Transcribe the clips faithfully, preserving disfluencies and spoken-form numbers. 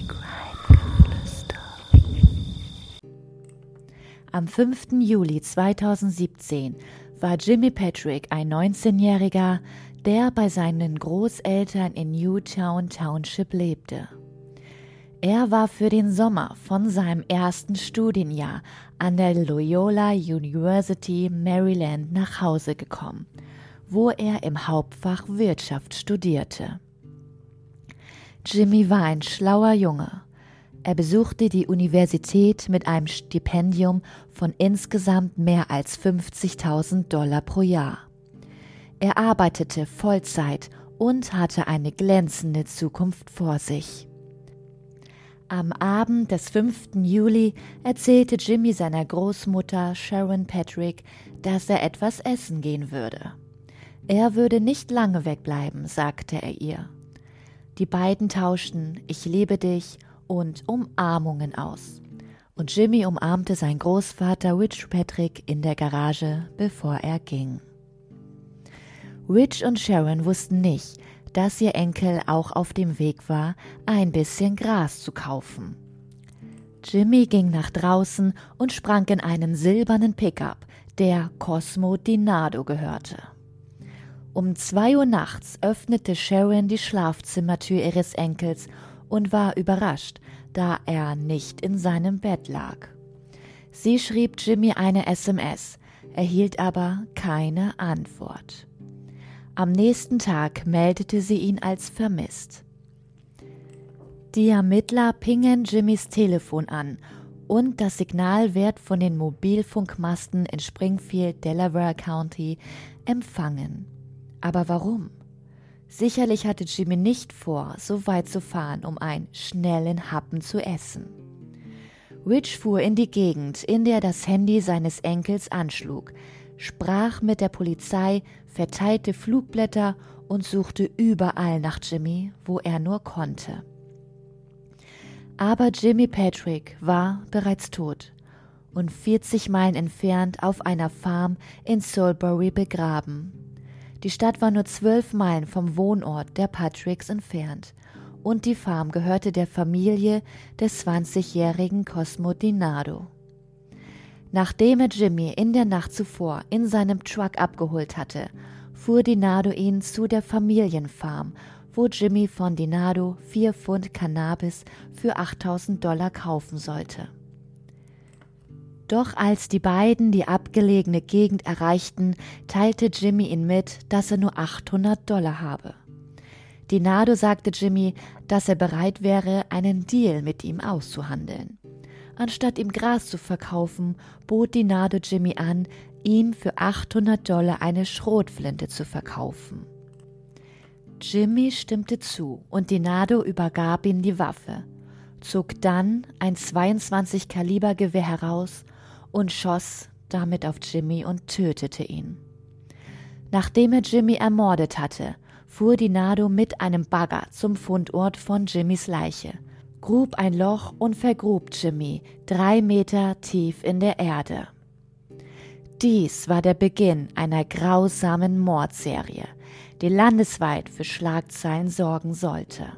Am fünften Juli zweitausendsiebzehn war Jimmy Patrick ein neunzehnjähriger, der bei seinen Großeltern in Newtown Township lebte. Er war für den Sommer von seinem ersten Studienjahr an der Loyola University Maryland nach Hause gekommen, wo er im Hauptfach Wirtschaft studierte. Jimmy war ein schlauer Junge. Er besuchte die Universität mit einem Stipendium von insgesamt mehr als fünfzigtausend Dollar pro Jahr. Er arbeitete Vollzeit und hatte eine glänzende Zukunft vor sich. Am Abend des fünften Juli erzählte Jimmy seiner Großmutter Sharon Patrick, dass er etwas essen gehen würde. Er würde nicht lange wegbleiben, sagte er ihr. Die beiden tauschten „Ich liebe dich" und Umarmungen aus. Und Jimmy umarmte seinen Großvater Rich Patrick in der Garage, bevor er ging. Rich und Sharon wussten nicht, dass ihr Enkel auch auf dem Weg war, ein bisschen Gras zu kaufen. Jimmy ging nach draußen und sprang in einen silbernen Pickup, der Cosmo Dinardo gehörte. Um zwei Uhr nachts öffnete Sharon die Schlafzimmertür ihres Enkels und war überrascht, da er nicht in seinem Bett lag. Sie schrieb Jimmy eine S M S, erhielt aber keine Antwort. Am nächsten Tag meldete sie ihn als vermisst. Die Ermittler pingen Jimmys Telefon an und das Signal wird von den Mobilfunkmasten in Springfield, Delaware County, empfangen. Aber warum? Sicherlich hatte Jimmy nicht vor, so weit zu fahren, um einen schnellen Happen zu essen. Rich fuhr in die Gegend, in der das Handy seines Enkels anschlug, sprach mit der Polizei, verteilte Flugblätter und suchte überall nach Jimmy, wo er nur konnte. Aber Jimmy Patrick war bereits tot und vierzig Meilen entfernt auf einer Farm in Salisbury begraben. Die Stadt war nur zwölf Meilen vom Wohnort der Patricks entfernt und die Farm gehörte der Familie des zwanzigjährigen Cosmo Dinardo. Nachdem er Jimmy in der Nacht zuvor in seinem Truck abgeholt hatte, fuhr Dinardo ihn zu der Familienfarm, wo Jimmy von Dinardo vier Pfund Cannabis für achttausend Dollar kaufen sollte. Doch als die beiden die abgelegene Gegend erreichten, teilte Jimmy ihnen mit, dass er nur achthundert Dollar habe. Dinardo sagte Jimmy, dass er bereit wäre, einen Deal mit ihm auszuhandeln. Anstatt ihm Gras zu verkaufen, bot Dinardo Jimmy an, ihm für achthundert Dollar eine Schrotflinte zu verkaufen. Jimmy stimmte zu und Dinardo übergab ihm die Waffe, zog dann ein zweiundzwanzig Kaliber Gewehr heraus und schoss damit auf Jimmy und tötete ihn. Nachdem er Jimmy ermordet hatte, fuhr Dinardo mit einem Bagger zum Fundort von Jimmys Leiche, grub ein Loch und vergrub Jimmy drei Meter tief in der Erde. Dies war der Beginn einer grausamen Mordserie, die landesweit für Schlagzeilen sorgen sollte.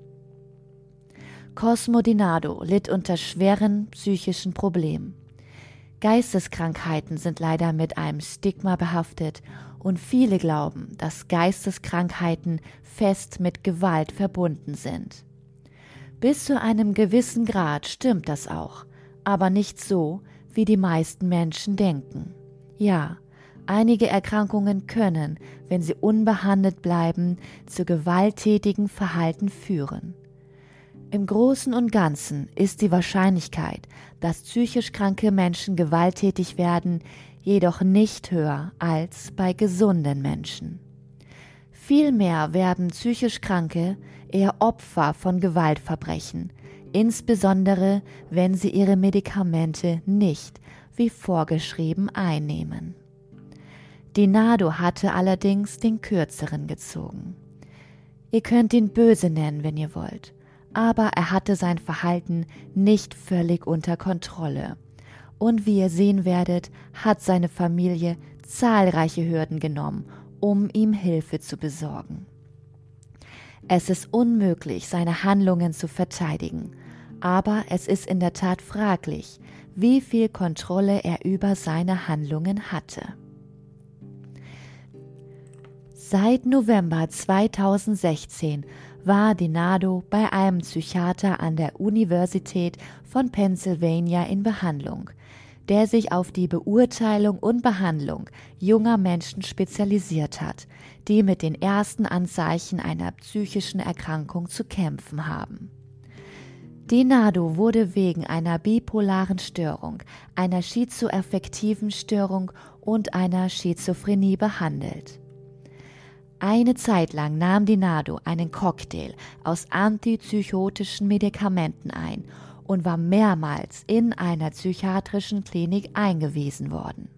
Cosmo Dinardo litt unter schweren psychischen Problemen. Geisteskrankheiten sind leider mit einem Stigma behaftet und viele glauben, dass Geisteskrankheiten fest mit Gewalt verbunden sind. Bis zu einem gewissen Grad stimmt das auch, aber nicht so, wie die meisten Menschen denken. Ja, einige Erkrankungen können, wenn sie unbehandelt bleiben, zu gewalttätigen Verhalten führen. Im Großen und Ganzen ist die Wahrscheinlichkeit, dass psychisch kranke Menschen gewalttätig werden, jedoch nicht höher als bei gesunden Menschen. Vielmehr werden psychisch Kranke eher Opfer von Gewaltverbrechen, insbesondere wenn sie ihre Medikamente nicht wie vorgeschrieben einnehmen. Dinardo hatte allerdings den Kürzeren gezogen. Ihr könnt ihn böse nennen, wenn ihr wollt, aber er hatte sein Verhalten nicht völlig unter Kontrolle. Und wie ihr sehen werdet, hat seine Familie zahlreiche Hürden genommen, um ihm Hilfe zu besorgen. Es ist unmöglich, seine Handlungen zu verteidigen, Aber es ist in der Tat fraglich, wie viel Kontrolle er über seine Handlungen hatte. Seit November zweitausendsechzehn war DiNardo bei einem Psychiater an der Universität von Pennsylvania in Behandlung, der sich auf die Beurteilung und Behandlung junger Menschen spezialisiert hat, die mit den ersten Anzeichen einer psychischen Erkrankung zu kämpfen haben. DiNardo wurde wegen einer bipolaren Störung, einer schizoaffektiven Störung und einer Schizophrenie behandelt. Eine Zeit lang nahm DiNardo einen Cocktail aus antipsychotischen Medikamenten ein und war mehrmals in einer psychiatrischen Klinik eingewiesen worden.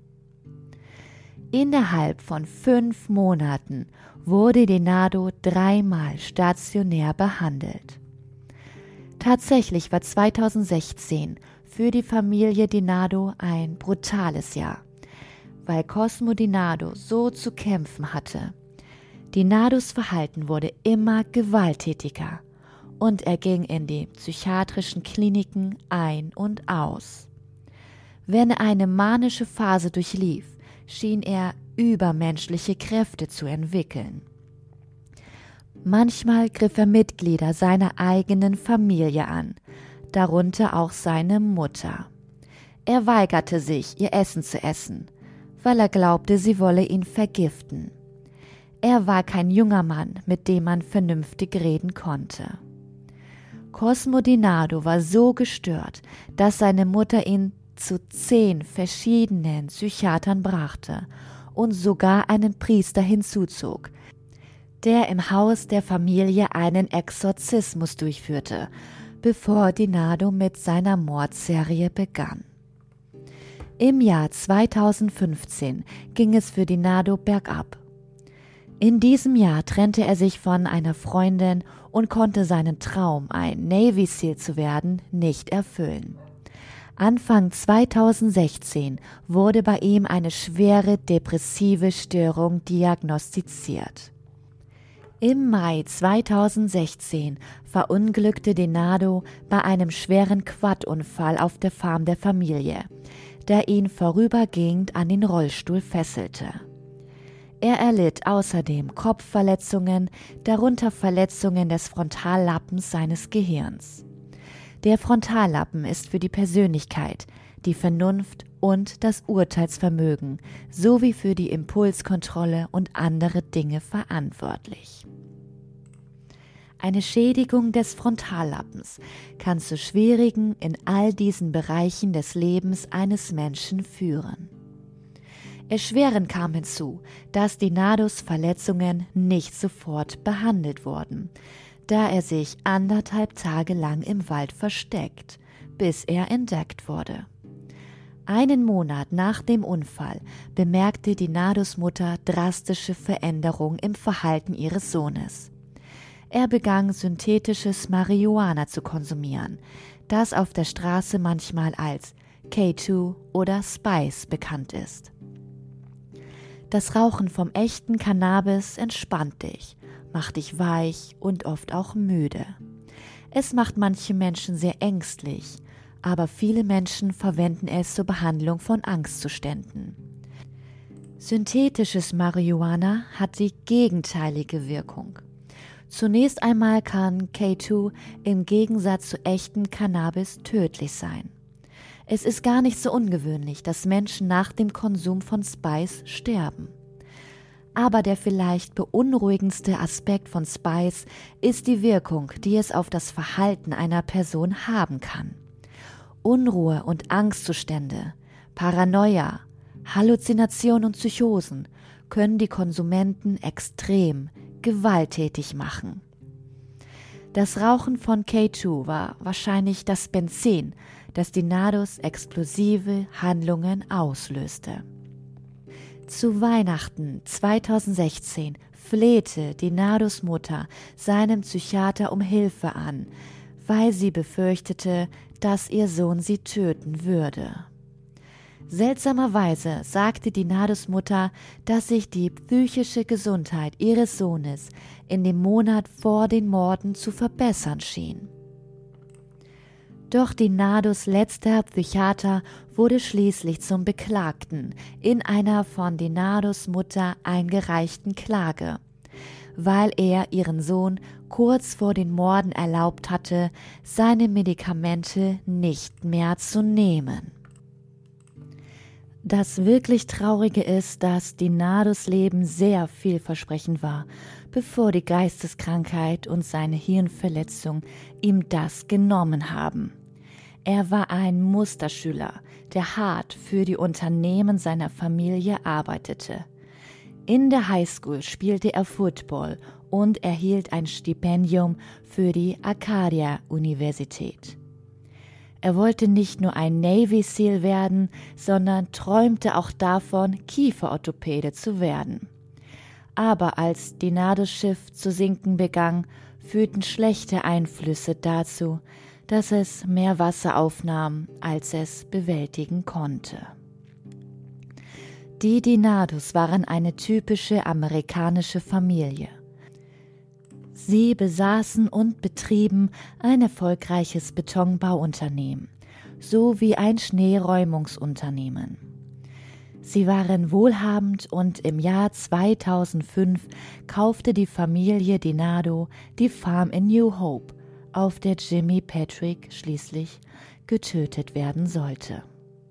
Innerhalb von fünf Monaten wurde DiNardo dreimal stationär behandelt. Tatsächlich war zweitausendsechzehn für die Familie DiNardo ein brutales Jahr, weil Cosmo DiNardo so zu kämpfen hatte. DiNardos Verhalten wurde immer gewalttätiger und er ging in die psychiatrischen Kliniken ein und aus. Wenn er eine manische Phase durchlief, schien er übermenschliche Kräfte zu entwickeln. Manchmal griff er Mitglieder seiner eigenen Familie an, darunter auch seine Mutter. Er weigerte sich, ihr Essen zu essen, weil er glaubte, sie wolle ihn vergiften. Er war kein junger Mann, mit dem man vernünftig reden konnte. Cosmo DiNardo war so gestört, dass seine Mutter ihn zu zehn verschiedenen Psychiatern brachte und sogar einen Priester hinzuzog, der im Haus der Familie einen Exorzismus durchführte, bevor DiNardo mit seiner Mordserie begann. Im Jahr zweitausendfünfzehn ging es für DiNardo bergab. In diesem Jahr trennte er sich von einer Freundin und konnte seinen Traum, ein Navy SEAL zu werden, nicht erfüllen. Anfang zweitausendsechzehn wurde bei ihm eine schwere depressive Störung diagnostiziert. Im Mai zweitausendsechzehn verunglückte DiNardo bei einem schweren Quadunfall auf der Farm der Familie, der ihn vorübergehend an den Rollstuhl fesselte. Er erlitt außerdem Kopfverletzungen, darunter Verletzungen des Frontallappens seines Gehirns. Der Frontallappen ist für die Persönlichkeit, die Vernunft und das Urteilsvermögen sowie für die Impulskontrolle und andere Dinge verantwortlich. Eine Schädigung des Frontallappens kann zu schwierigen in all diesen Bereichen des Lebens eines Menschen führen. Erschwerend kam hinzu, dass DiNardos Verletzungen nicht sofort behandelt wurden, da er sich anderthalb Tage lang im Wald versteckt, bis er entdeckt wurde. Einen Monat nach dem Unfall bemerkte DiNardos Mutter drastische Veränderungen im Verhalten ihres Sohnes. Er begann synthetisches Marihuana zu konsumieren, das auf der Straße manchmal als K zwei oder Spice bekannt ist. Das Rauchen vom echten Cannabis entspannt dich, macht dich weich und oft auch müde. Es macht manche Menschen sehr ängstlich, aber viele Menschen verwenden es zur Behandlung von Angstzuständen. Synthetisches Marihuana hat die gegenteilige Wirkung. Zunächst einmal kann K zwei im Gegensatz zu echtem Cannabis tödlich sein. Es ist gar nicht so ungewöhnlich, dass Menschen nach dem Konsum von Spice sterben. Aber der vielleicht beunruhigendste Aspekt von Spice ist die Wirkung, die es auf das Verhalten einer Person haben kann. Unruhe und Angstzustände, Paranoia, Halluzinationen und Psychosen können die Konsumenten extrem gewalttätig machen. Das Rauchen von K zwei war wahrscheinlich das Benzin, das DiNardos explosive Handlungen auslöste. Zu Weihnachten zweitausendsechzehn flehte DiNardos Mutter seinen Psychiater um Hilfe an, weil sie befürchtete, dass ihr Sohn sie töten würde. Seltsamerweise sagte DiNardos Mutter, dass sich die psychische Gesundheit ihres Sohnes in dem Monat vor den Morden zu verbessern schien. Doch Dinados letzter Psychiater wurde schließlich zum Beklagten in einer von Dinados Mutter eingereichten Klage, weil er ihren Sohn kurz vor den Morden erlaubt hatte, seine Medikamente nicht mehr zu nehmen. Das wirklich Traurige ist, dass Dinados Leben sehr vielversprechend war, bevor die Geisteskrankheit und seine Hirnverletzung ihm das genommen haben. Er war ein Musterschüler, der hart für die Unternehmen seiner Familie arbeitete. In der Highschool spielte er Football und erhielt ein Stipendium für die Acadia-Universität. Er wollte nicht nur ein Navy SEAL werden, sondern träumte auch davon, Kieferorthopäde zu werden. Aber als Dinados Schiff zu sinken begann, führten schlechte Einflüsse dazu, dass es mehr Wasser aufnahm, als es bewältigen konnte. Die Dinados waren eine typische amerikanische Familie. Sie besaßen und betrieben ein erfolgreiches Betonbauunternehmen sowie ein Schneeräumungsunternehmen. Sie waren wohlhabend und im Jahr zweitausendfünf kaufte die Familie Dinado die Farm in New Hope, auf der Jimmy Patrick schließlich getötet werden sollte.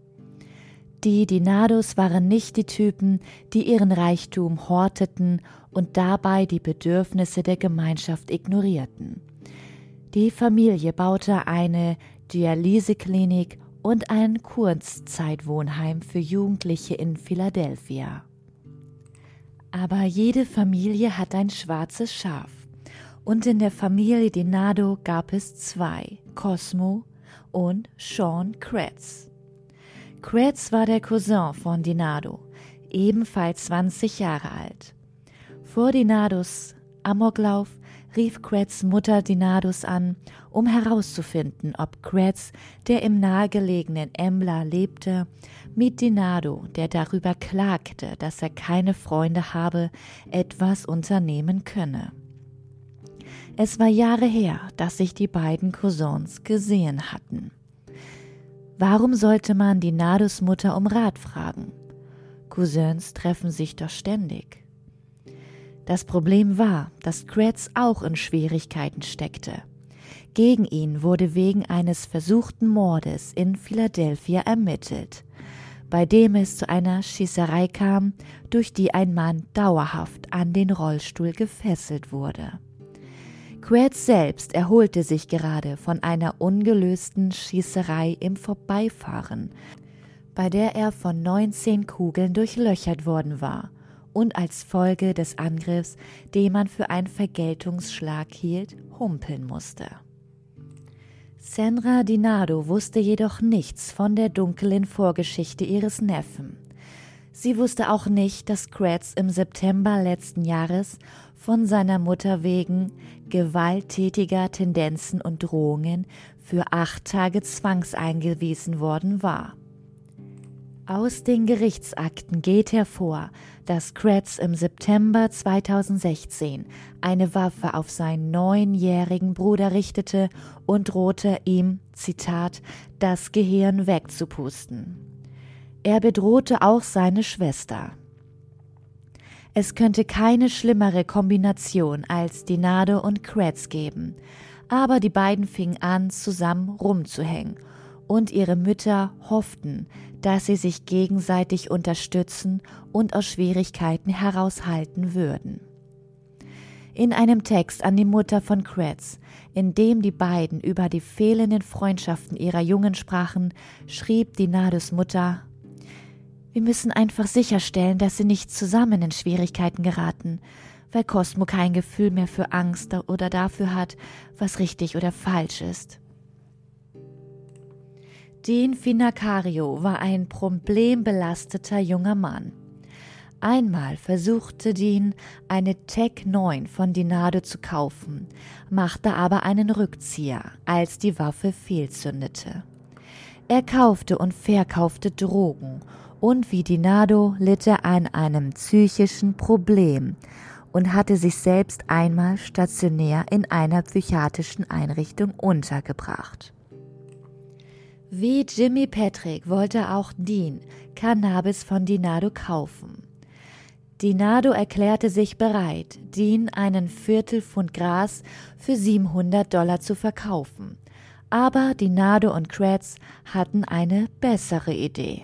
Die Dinados waren nicht die Typen, die ihren Reichtum horteten und dabei die Bedürfnisse der Gemeinschaft ignorierten. Die Familie baute eine Dialyseklinik und ein Kurzzeitwohnheim für Jugendliche in Philadelphia. Aber jede Familie hat ein schwarzes Schaf. Und in der Familie Dinado gab es zwei, Cosmo und Sean Kretz. Kretz war der Cousin von Dinado, ebenfalls zwanzig Jahre alt. Vor Dinados Amoklauf rief Kretz Mutter Dinados an, um herauszufinden, ob Kretz, der im nahegelegenen Embla lebte, mit Dinado, der darüber klagte, dass er keine Freunde habe, etwas unternehmen könne. Es war Jahre her, dass sich die beiden Cousins gesehen hatten. Warum sollte man Dinados Mutter um Rat fragen? Cousins treffen sich doch ständig. Das Problem war, dass Kretz auch in Schwierigkeiten steckte. Gegen ihn wurde wegen eines versuchten Mordes in Philadelphia ermittelt, bei dem es zu einer Schießerei kam, durch die ein Mann dauerhaft an den Rollstuhl gefesselt wurde. Kretz selbst erholte sich gerade von einer ungelösten Schießerei im Vorbeifahren, bei der er von neunzehn Kugeln durchlöchert worden war und als Folge des Angriffs, den man für einen Vergeltungsschlag hielt, humpeln musste. Sandra Dinado wusste jedoch nichts von der dunklen Vorgeschichte ihres Neffen. Sie wusste auch nicht, dass Kretz im September letzten Jahres von seiner Mutter wegen gewalttätiger Tendenzen und Drohungen für acht Tage zwangseingewiesen worden war. Aus den Gerichtsakten geht hervor, dass Kretz im September zweitausendsechzehn eine Waffe auf seinen neunjährigen Bruder richtete und drohte ihm, Zitat, das Gehirn wegzupusten. Er bedrohte auch seine Schwester. Es könnte keine schlimmere Kombination als Dinado und Kretz geben, aber die beiden fingen an, zusammen rumzuhängen und ihre Mütter hofften, dass sie sich gegenseitig unterstützen und aus Schwierigkeiten heraushalten würden. In einem Text an die Mutter von Kretz, in dem die beiden über die fehlenden Freundschaften ihrer Jungen sprachen, schrieb Dinados Mutter: Wir müssen einfach sicherstellen, dass sie nicht zusammen in Schwierigkeiten geraten, weil Cosmo kein Gefühl mehr für Angst oder dafür hat, was richtig oder falsch ist. Dean Finacario war ein problembelasteter junger Mann. Einmal versuchte Dean, eine Tech neun von Dinado zu kaufen, machte aber einen Rückzieher, als die Waffe fehlzündete. Er kaufte und verkaufte Drogen und wie Dinado litt er an einem psychischen Problem und hatte sich selbst einmal stationär in einer psychiatrischen Einrichtung untergebracht. Wie Jimmy Patrick wollte auch Dean Cannabis von Dinado kaufen. Dinado erklärte sich bereit, Dean einen Viertelpfund Gras für siebenhundert Dollar zu verkaufen. Aber Dinado und Kretz hatten eine bessere Idee.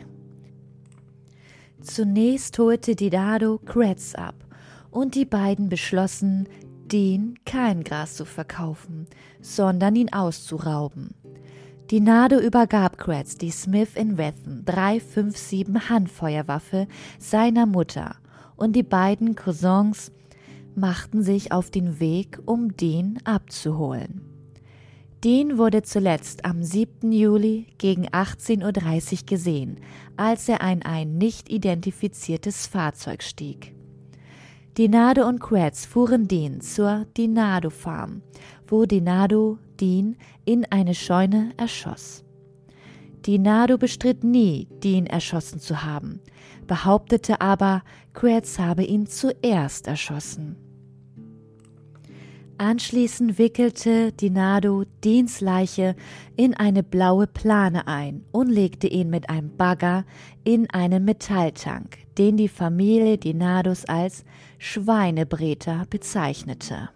Zunächst holte Dinado Kretz ab und die beiden beschlossen, Dean kein Gras zu verkaufen, sondern ihn auszurauben. Dinado übergab Kretz die Smith and Wesson drei fünf sieben Handfeuerwaffe seiner Mutter und die beiden Cousins machten sich auf den Weg, um Dean abzuholen. Dean wurde zuletzt am siebten Juli gegen achtzehn Uhr dreißig gesehen, als er in ein nicht identifiziertes Fahrzeug stieg. Dinado und Kretz fuhren Dean zur Dinado Farm, wo Dinado Dean in eine Scheune erschoss. Dinado bestritt nie, Dean erschossen zu haben, behauptete aber, Kretz habe ihn zuerst erschossen. Anschließend wickelte Dinado Deans Leiche in eine blaue Plane ein und legte ihn mit einem Bagger in einen Metalltank, den die Familie Dinados als Schweinebreter bezeichnete.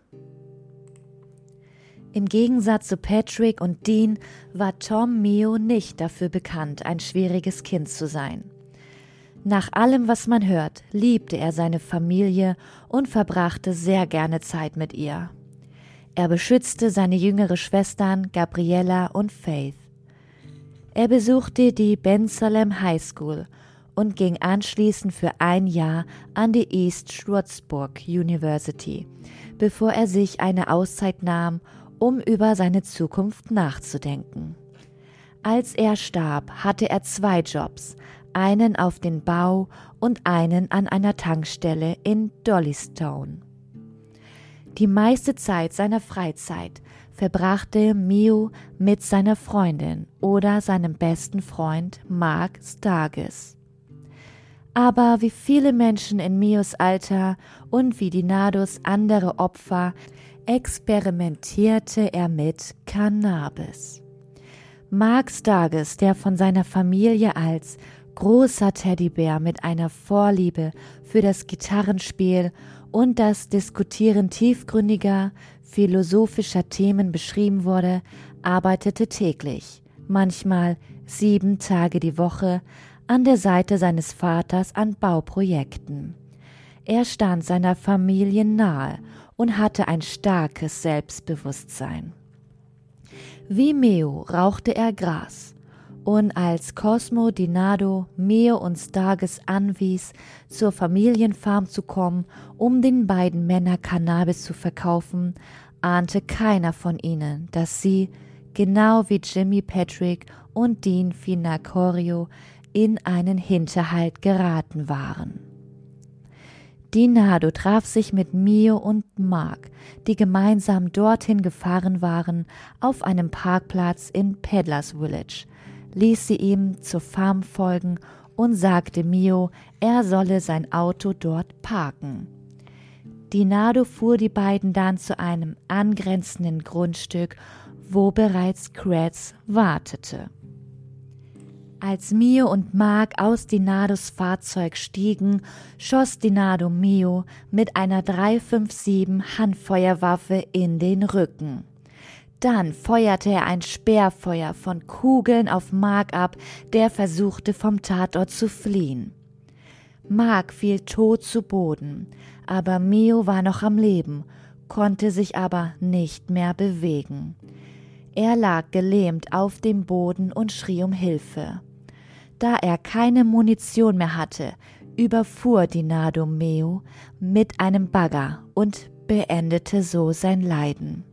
Im Gegensatz zu Patrick und Dean war Tom Meo nicht dafür bekannt, ein schwieriges Kind zu sein. Nach allem, was man hört, liebte er seine Familie und verbrachte sehr gerne Zeit mit ihr. Er beschützte seine jüngere Schwestern Gabriella und Faith. Er besuchte die Ben Salem High School und ging anschließend für ein Jahr an die East Stroudsburg University, bevor er sich eine Auszeit nahm, um über seine Zukunft nachzudenken. Als er starb, hatte er zwei Jobs, einen auf dem Bau und einen an einer Tankstelle in Dollystone. Die meiste Zeit seiner Freizeit verbrachte Meo mit seiner Freundin oder seinem besten Freund Mark Stargis. Aber wie viele Menschen in Meos Alter und wie Dinados andere Opfer experimentierte er mit Cannabis. Mark Stargis, der von seiner Familie als großer Teddybär mit einer Vorliebe für das Gitarrenspiel und das Diskutieren tiefgründiger, philosophischer Themen beschrieben wurde, arbeitete täglich, manchmal sieben Tage die Woche, an der Seite seines Vaters an Bauprojekten. Er stand seiner Familie nahe und hatte ein starkes Selbstbewusstsein. Wie Meo rauchte er Gras. Und als Cosmo Dinado Meo und Stargis anwies, zur Familienfarm zu kommen, um den beiden Männern Cannabis zu verkaufen, ahnte keiner von ihnen, dass sie, genau wie Jimmy Patrick und Dean Finacorio, in einen Hinterhalt geraten waren. Dinado traf sich mit Meo und Mark, die gemeinsam dorthin gefahren waren, auf einem Parkplatz in Peddlers Village, ließ sie ihm zur Farm folgen und sagte Meo, er solle sein Auto dort parken. Dinado fuhr die beiden dann zu einem angrenzenden Grundstück, wo bereits Kretz wartete. Als Meo und Mark aus Dinados Fahrzeug stiegen, schoss Dinado Meo mit einer drei fünf sieben Handfeuerwaffe in den Rücken. Dann feuerte er ein Sperrfeuer von Kugeln auf Mark ab, der versuchte, vom Tatort zu fliehen. Mark fiel tot zu Boden, aber Meo war noch am Leben, konnte sich aber nicht mehr bewegen. Er lag gelähmt auf dem Boden und schrie um Hilfe. Da er keine Munition mehr hatte, überfuhr Dinado Meo mit einem Bagger und beendete so sein Leiden.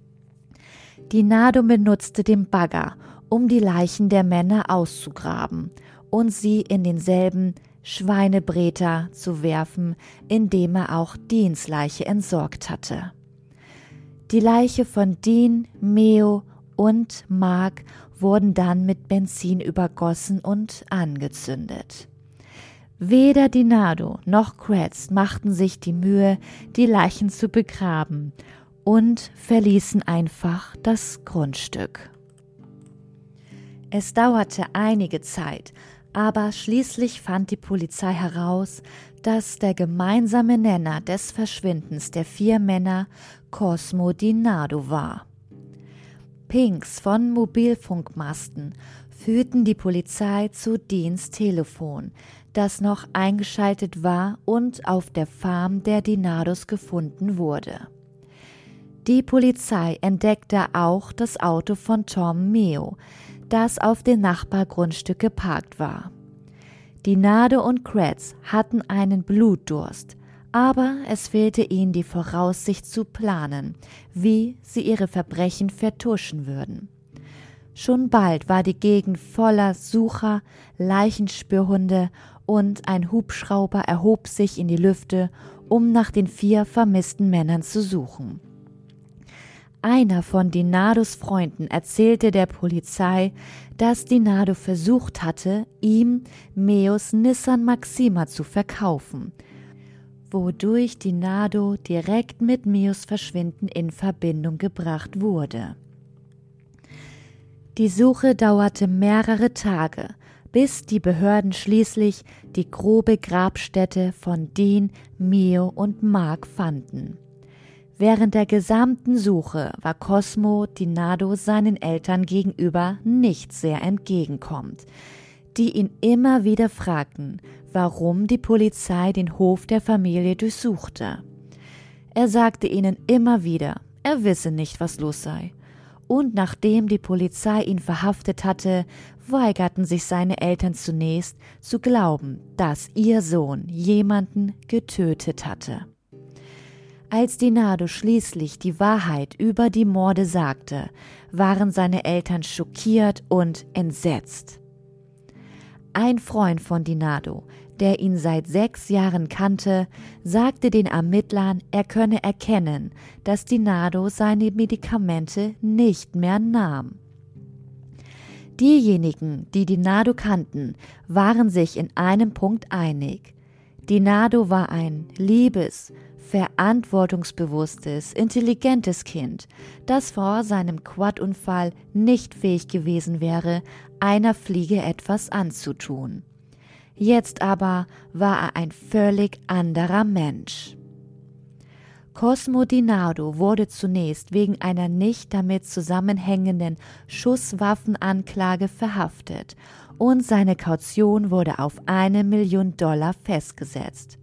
Dinado benutzte den Bagger, um die Leichen der Männer auszugraben und sie in denselben Schweinebreter zu werfen, in dem er auch Deans Leiche entsorgt hatte. Die Leiche von Dean, Meo und Mark wurden dann mit Benzin übergossen und angezündet. Weder Dinado noch Kretz machten sich die Mühe, die Leichen zu begraben, und verließen einfach das Grundstück. Es dauerte einige Zeit, aber schließlich fand die Polizei heraus, dass der gemeinsame Nenner des Verschwindens der vier Männer Cosmo Di Nardo war. Pings von Mobilfunkmasten führten die Polizei zu Deans Telefon, das noch eingeschaltet war und auf der Farm der Di Nardos gefunden wurde. Die Polizei entdeckte auch das Auto von Tom Meo, das auf dem Nachbargrundstück geparkt war. Di Nardo und Kretz hatten einen Blutdurst, aber es fehlte ihnen die Voraussicht zu planen, wie sie ihre Verbrechen vertuschen würden. Schon bald war die Gegend voller Sucher, Leichenspürhunde und ein Hubschrauber erhob sich in die Lüfte, um nach den vier vermissten Männern zu suchen. Einer von Di Nardos Freunden erzählte der Polizei, dass Di Nardo versucht hatte, ihm Meos Nissan Maxima zu verkaufen, wodurch Di Nardo direkt mit Meos Verschwinden in Verbindung gebracht wurde. Die Suche dauerte mehrere Tage, bis die Behörden schließlich die grobe Grabstätte von Dean, Meo und Mark fanden. Während der gesamten Suche war Cosmo Di Nardo seinen Eltern gegenüber nicht sehr entgegenkommend, die ihn immer wieder fragten, warum die Polizei den Hof der Familie durchsuchte. Er sagte ihnen immer wieder, er wisse nicht, was los sei. Und nachdem die Polizei ihn verhaftet hatte, weigerten sich seine Eltern zunächst zu glauben, dass ihr Sohn jemanden getötet hatte. Als Di Nardo schließlich die Wahrheit über die Morde sagte, waren seine Eltern schockiert und entsetzt. Ein Freund von Di Nardo, der ihn seit sechs Jahren kannte, sagte den Ermittlern, er könne erkennen, dass Di Nardo seine Medikamente nicht mehr nahm. Diejenigen, die Di Nardo kannten, waren sich in einem Punkt einig. Di Nardo war ein liebes, verantwortungsbewusstes, intelligentes Kind, das vor seinem Quad-Unfall nicht fähig gewesen wäre, einer Fliege etwas anzutun. Jetzt aber war er ein völlig anderer Mensch. Cosmo Di Nardo wurde zunächst wegen einer nicht damit zusammenhängenden Schusswaffenanklage verhaftet und seine Kaution wurde auf eine Million Dollar festgesetzt.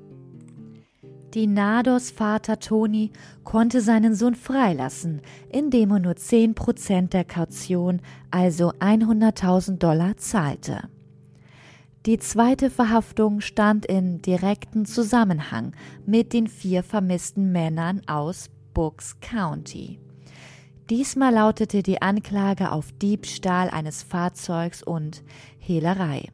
Di Nardos Vater Tony konnte seinen Sohn freilassen, indem er nur zehn Prozent der Kaution, also hunderttausend Dollar, zahlte. Die zweite Verhaftung stand in direktem Zusammenhang mit den vier vermissten Männern aus Bucks County. Diesmal lautete die Anklage auf Diebstahl eines Fahrzeugs und Hehlerei.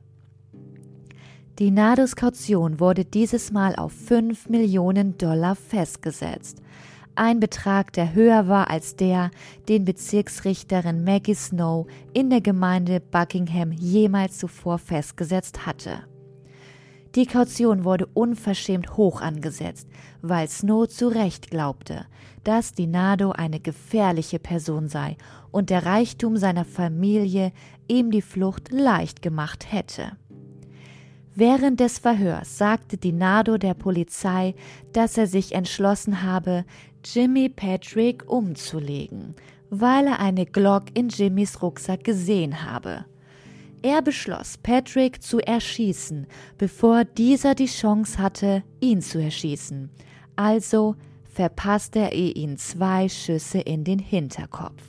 Di Nardos Kaution wurde dieses Mal auf fünf Millionen Dollar festgesetzt. Ein Betrag, der höher war als der, den Bezirksrichterin Maggie Snow in der Gemeinde Buckingham jemals zuvor festgesetzt hatte. Die Kaution wurde unverschämt hoch angesetzt, weil Snow zu Recht glaubte, dass Di Nardo eine gefährliche Person sei und der Reichtum seiner Familie ihm die Flucht leicht gemacht hätte. Während des Verhörs sagte Di Nardo der Polizei, dass er sich entschlossen habe, Jimmy Patrick umzulegen, weil er eine Glock in Jimmys Rucksack gesehen habe. Er beschloss, Patrick zu erschießen, bevor dieser die Chance hatte, ihn zu erschießen. Also verpasste er ihm zwei Schüsse in den Hinterkopf.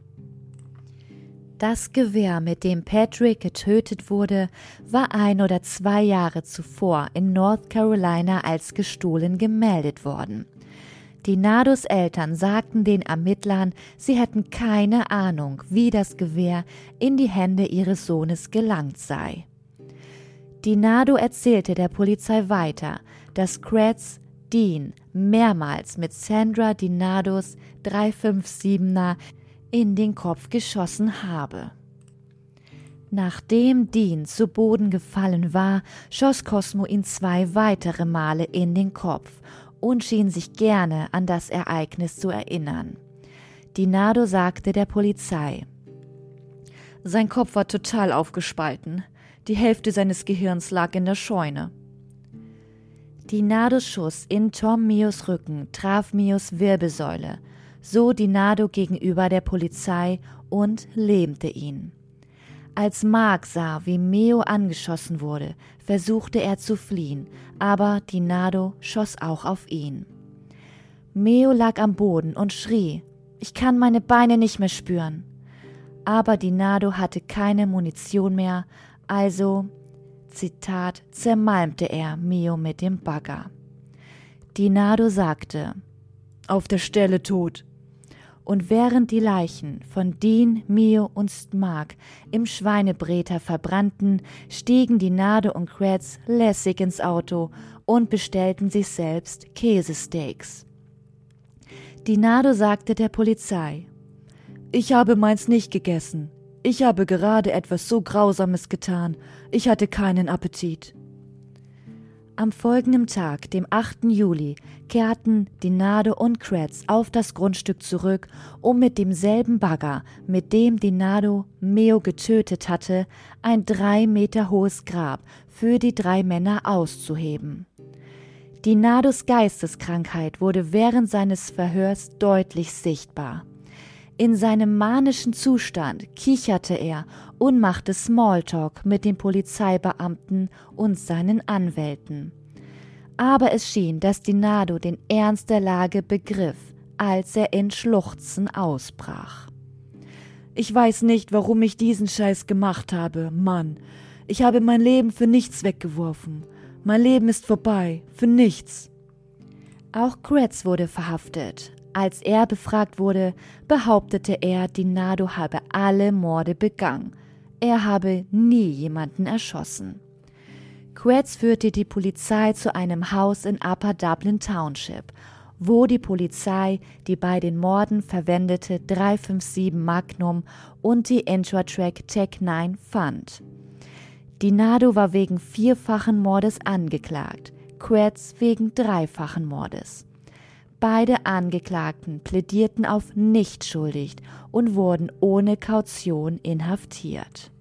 Das Gewehr, mit dem Patrick getötet wurde, war ein oder zwei Jahre zuvor in North Carolina als gestohlen gemeldet worden. Di Nardos Eltern sagten den Ermittlern, sie hätten keine Ahnung, wie das Gewehr in die Hände ihres Sohnes gelangt sei. Di Nardo erzählte der Polizei weiter, dass Kretz Dean mehrmals mit Sandra Di Nardos drei fünf siebener in den Kopf geschossen habe. Nachdem Dean zu Boden gefallen war, schoss Cosmo ihn zwei weitere Male in den Kopf und schien sich gerne an das Ereignis zu erinnern. Di Nardo sagte der Polizei: Sein Kopf war total aufgespalten. Die Hälfte seines Gehirns lag in der Scheune. Dinados Schuss in Tom Meos Rücken traf Meos Wirbelsäule, so Dinado gegenüber der Polizei und lähmte ihn. Als Mark sah, wie Meo angeschossen wurde, versuchte er zu fliehen, aber Dinado schoss auch auf ihn. Meo lag am Boden und schrie: »Ich kann meine Beine nicht mehr spüren.« Aber Dinado hatte keine Munition mehr, also, Zitat, zermalmte er Meo mit dem Bagger. Dinado sagte: »Auf der Stelle tot.« Und während die Leichen von Dean, Meo und Mark im Schweinebräter verbrannten, stiegen Dinado und Kretz lässig ins Auto und bestellten sich selbst Käsesteaks. Dinado sagte der Polizei: »Ich habe meins nicht gegessen. Ich habe gerade etwas so Grausames getan. Ich hatte keinen Appetit.« Am folgenden Tag, dem achten Juli, kehrten Dinado und Kretz auf das Grundstück zurück, um mit demselben Bagger, mit dem Dinado Meo getötet hatte, ein drei Meter hohes Grab für die drei Männer auszuheben. Dinados Geisteskrankheit wurde während seines Verhörs deutlich sichtbar. In seinem manischen Zustand kicherte er und machte Smalltalk mit den Polizeibeamten und seinen Anwälten. Aber es schien, dass Dinado den Ernst der Lage begriff, als er in Schluchzen ausbrach. »Ich weiß nicht, warum ich diesen Scheiß gemacht habe, Mann. Ich habe mein Leben für nichts weggeworfen. Mein Leben ist vorbei, für nichts.« Auch Kretz wurde verhaftet. Als er befragt wurde, behauptete er, Dinado habe alle Morde begangen. Er habe nie jemanden erschossen. Kretz führte die Polizei zu einem Haus in Upper Dublin Township, wo die Polizei die bei den Morden verwendete drei fünf sieben Magnum und die Intratrack Tech neun fand. Dinado war wegen vierfachen Mordes angeklagt, Kretz wegen dreifachen Mordes. Beide Angeklagten plädierten auf nicht schuldig und wurden ohne Kaution inhaftiert.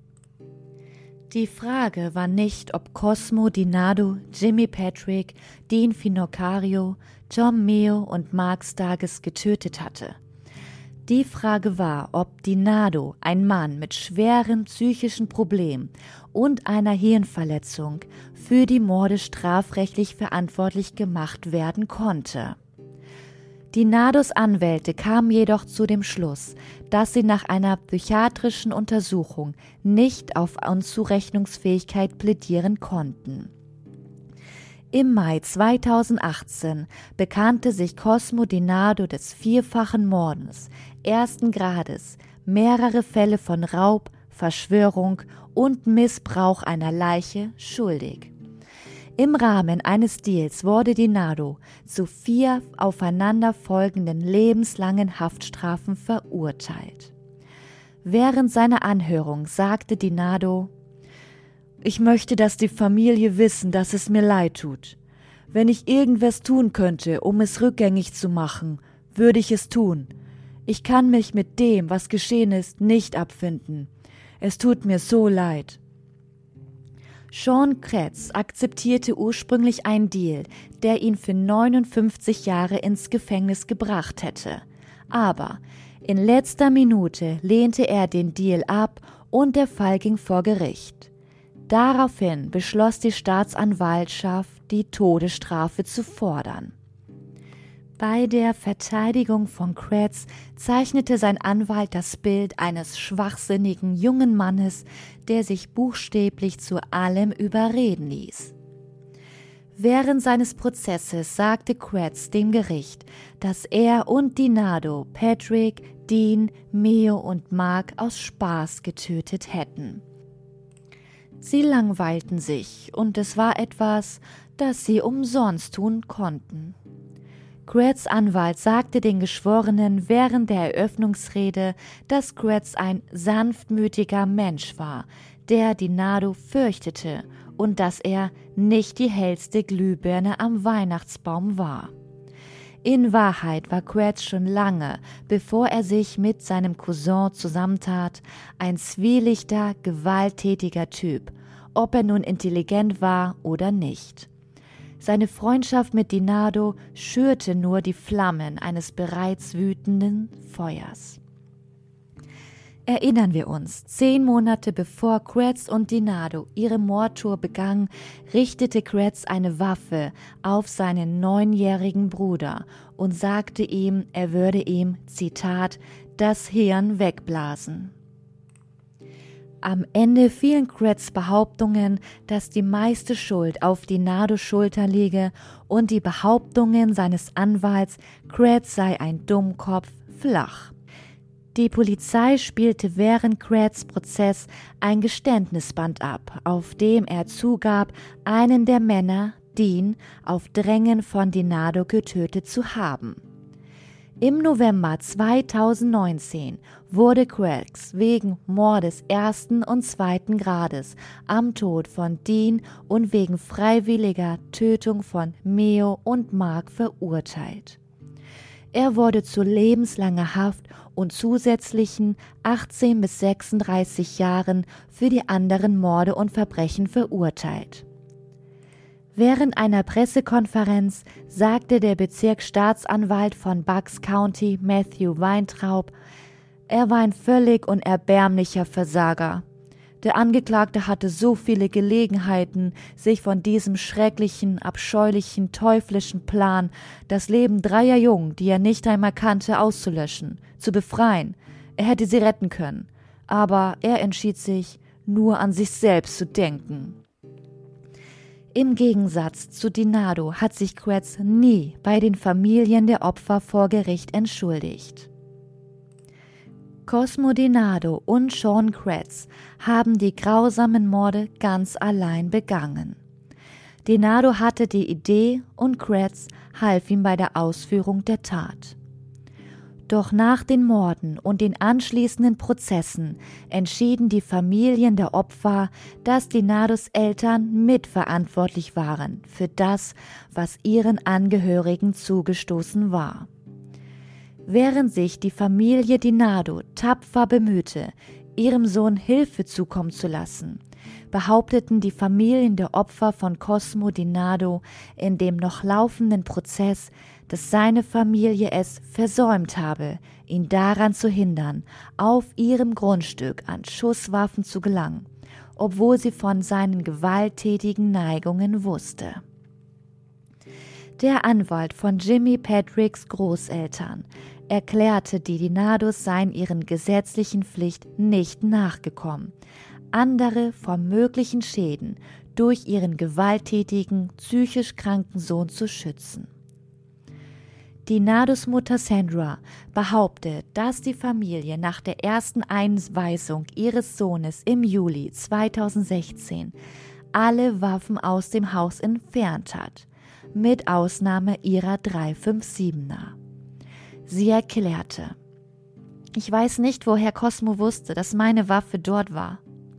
Die Frage war nicht, ob Cosmo Dinado, Jimmy Patrick, Dean Finocchiaro, Tom Meo und Mark Stargis getötet hatte. Die Frage war, ob Dinado, ein Mann mit schweren psychischen Problemen und einer Hirnverletzung, für die Morde strafrechtlich verantwortlich gemacht werden konnte. Dinados Anwälte kamen jedoch zu dem Schluss, dass sie nach einer psychiatrischen Untersuchung nicht auf Unzurechnungsfähigkeit plädieren konnten. Im Mai zweitausendachtzehn bekannte sich Cosmo Dinado des vierfachen Mordes ersten Grades, mehrere Fälle von Raub, Verschwörung und Missbrauch einer Leiche schuldig. Im Rahmen eines Deals wurde Dinado zu vier aufeinanderfolgenden lebenslangen Haftstrafen verurteilt. Während seiner Anhörung sagte Dinado: »Ich möchte, dass die Familie wissen, dass es mir leid tut. Wenn ich irgendwas tun könnte, um es rückgängig zu machen, würde ich es tun. Ich kann mich mit dem, was geschehen ist, nicht abfinden. Es tut mir so leid.« Sean Kretz akzeptierte ursprünglich einen Deal, der ihn für neunundfünfzig Jahre ins Gefängnis gebracht hätte. Aber in letzter Minute lehnte er den Deal ab und der Fall ging vor Gericht. Daraufhin beschloss die Staatsanwaltschaft, die Todesstrafe zu fordern. Bei der Verteidigung von Kretz zeichnete sein Anwalt das Bild eines schwachsinnigen jungen Mannes, der sich buchstäblich zu allem überreden ließ. Während seines Prozesses sagte Kretz dem Gericht, dass er und Dinado Patrick, Dean, Meo und Mark aus Spaß getötet hätten. Sie langweilten sich und es war etwas, das sie umsonst tun konnten. Kretz' Anwalt sagte den Geschworenen während der Eröffnungsrede, dass Kretz ein sanftmütiger Mensch war, der Dinado fürchtete und dass er nicht die hellste Glühbirne am Weihnachtsbaum war. In Wahrheit war Kretz schon lange, bevor er sich mit seinem Cousin zusammentat, ein zwielichter, gewalttätiger Typ, ob er nun intelligent war oder nicht. Seine Freundschaft mit DiNardo schürte nur die Flammen eines bereits wütenden Feuers. Erinnern wir uns, zehn Monate bevor Kretz und DiNardo ihre Mordtour begangen, richtete Kretz eine Waffe auf seinen neunjährigen Bruder und sagte ihm, er würde ihm, Zitat, das Hirn wegblasen. Am Ende fielen Kretz Behauptungen, dass die meiste Schuld auf DiNardos Schulter liege und die Behauptungen seines Anwalts, Kretz sei ein Dummkopf, flach. Die Polizei spielte während Kretz' Prozess ein Geständnisband ab, auf dem er zugab, einen der Männer, Dean, auf Drängen von DiNardo getötet zu haben. Im November zweitausendneunzehn wurde Kretz wegen Mordes ersten und zweiten Grades am Tod von Dean und wegen freiwilliger Tötung von Meo und Mark verurteilt. Er wurde zu lebenslanger Haft und zusätzlichen achtzehn bis sechsunddreißig Jahren für die anderen Morde und Verbrechen verurteilt. Während einer Pressekonferenz sagte der Bezirksstaatsanwalt von Bucks County, Matthew Weintraub, er war ein völlig unerbärmlicher Versager. Der Angeklagte hatte so viele Gelegenheiten, sich von diesem schrecklichen, abscheulichen, teuflischen Plan, das Leben dreier Jungen, die er nicht einmal kannte, auszulöschen, zu befreien. Er hätte sie retten können, aber er entschied sich, nur an sich selbst zu denken. Im Gegensatz zu DiNardo hat sich Kretz nie bei den Familien der Opfer vor Gericht entschuldigt. Cosmo DiNardo und Sean Kretz haben die grausamen Morde ganz allein begangen. DiNardo hatte die Idee und Kretz half ihm bei der Ausführung der Tat. Doch nach den Morden und den anschließenden Prozessen entschieden die Familien der Opfer, dass DiNardos Eltern mitverantwortlich waren für das, was ihren Angehörigen zugestoßen war. Während sich die Familie DiNardo tapfer bemühte, ihrem Sohn Hilfe zukommen zu lassen, behaupteten die Familien der Opfer von Cosmo DiNardo in dem noch laufenden Prozess, dass seine Familie es versäumt habe, ihn daran zu hindern, auf ihrem Grundstück an Schusswaffen zu gelangen, obwohl sie von seinen gewalttätigen Neigungen wusste. Der Anwalt von Jimmy Patricks Großeltern erklärte, die DiNardos seien ihren gesetzlichen Pflicht nicht nachgekommen, andere vor möglichen Schäden durch ihren gewalttätigen, psychisch kranken Sohn zu schützen. DiNardos Mutter Sandra behauptet, dass die Familie nach der ersten Einweisung ihres Sohnes im Juli zweitausendsechzehn alle Waffen aus dem Haus entfernt hat, mit Ausnahme ihrer drei fünf siebener. Sie erklärte: Ich weiß nicht, woher Cosmo wusste, dass meine Waffe dort war.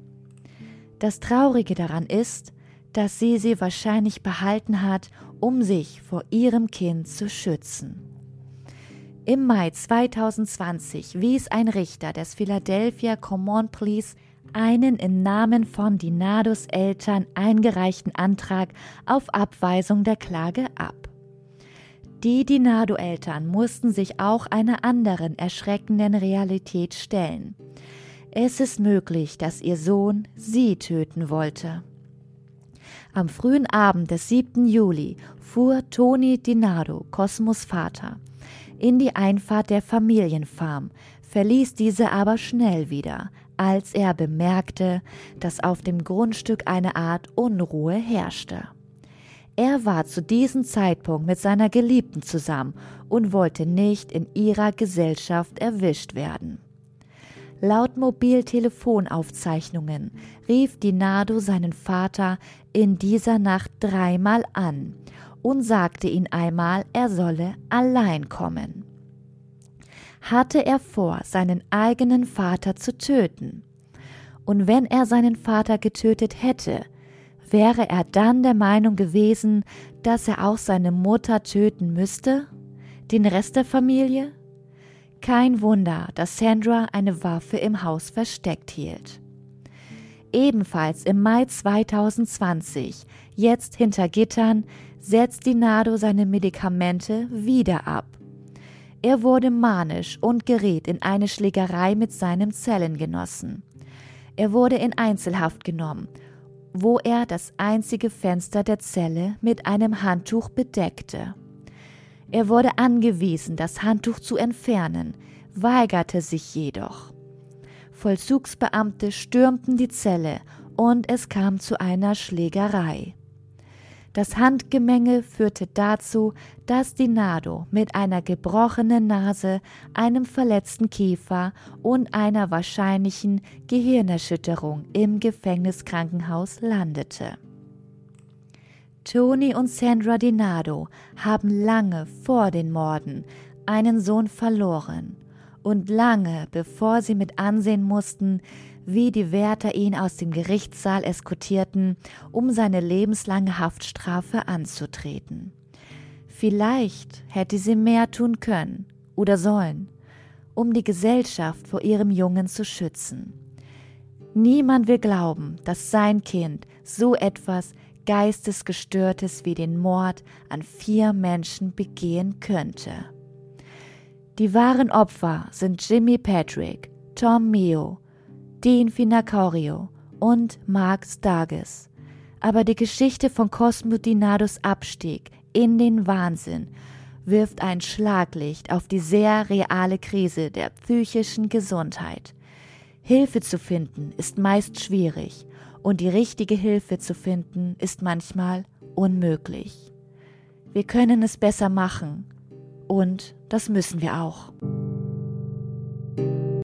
Das Traurige daran ist, dass sie sie wahrscheinlich behalten hat, um sich vor ihrem Kind zu schützen. Im Mai zweitausendzwanzig wies ein Richter des Philadelphia Common Pleas einen im Namen von DiNardos Eltern eingereichten Antrag auf Abweisung der Klage ab. Die DiNardo-Eltern mussten sich auch einer anderen erschreckenden Realität stellen. Es ist möglich, dass ihr Sohn sie töten wollte. Am frühen Abend des siebten Juli fuhr Tony DiNardo, Cosmos Vater, in die Einfahrt der Familienfarm, verließ diese aber schnell wieder, als er bemerkte, dass auf dem Grundstück eine Art Unruhe herrschte. Er war zu diesem Zeitpunkt mit seiner Geliebten zusammen und wollte nicht in ihrer Gesellschaft erwischt werden. Laut Mobiltelefonaufzeichnungen rief DiNardo seinen Vater in dieser Nacht dreimal an und sagte ihm einmal, er solle allein kommen. Hatte er vor, seinen eigenen Vater zu töten? Und wenn er seinen Vater getötet hätte, wäre er dann der Meinung gewesen, dass er auch seine Mutter töten müsste? Den Rest der Familie? Kein Wunder, dass Sandra eine Waffe im Haus versteckt hielt. Ebenfalls im Mai zweitausendzwanzig, jetzt hinter Gittern, setzt DiNardo seine Medikamente wieder ab. Er wurde manisch und geriet in eine Schlägerei mit seinem Zellengenossen. Er wurde in Einzelhaft genommen, wo er das einzige Fenster der Zelle mit einem Handtuch bedeckte. Er wurde angewiesen, das Handtuch zu entfernen, weigerte sich jedoch. Vollzugsbeamte stürmten die Zelle und es kam zu einer Schlägerei. Das Handgemenge führte dazu, dass DiNardo mit einer gebrochenen Nase, einem verletzten Kiefer und einer wahrscheinlichen Gehirnerschütterung im Gefängniskrankenhaus landete. Tony und Sandra DiNardo haben lange vor den Morden einen Sohn verloren und lange bevor sie mit ansehen mussten, wie die Wärter ihn aus dem Gerichtssaal eskortierten, um seine lebenslange Haftstrafe anzutreten. Vielleicht hätte sie mehr tun können oder sollen, um die Gesellschaft vor ihrem Jungen zu schützen. Niemand will glauben, dass sein Kind so etwas Geistesgestörtes wie den Mord an vier Menschen begehen könnte. Die wahren Opfer sind Jimmy Patrick, Tom Meo, Dean Finaccorio und Mark Stargis. Aber die Geschichte von Cosmo DiNardos Abstieg in den Wahnsinn wirft ein Schlaglicht auf die sehr reale Krise der psychischen Gesundheit. Hilfe zu finden ist meist schwierig und die richtige Hilfe zu finden ist manchmal unmöglich. Wir können es besser machen und das müssen wir auch.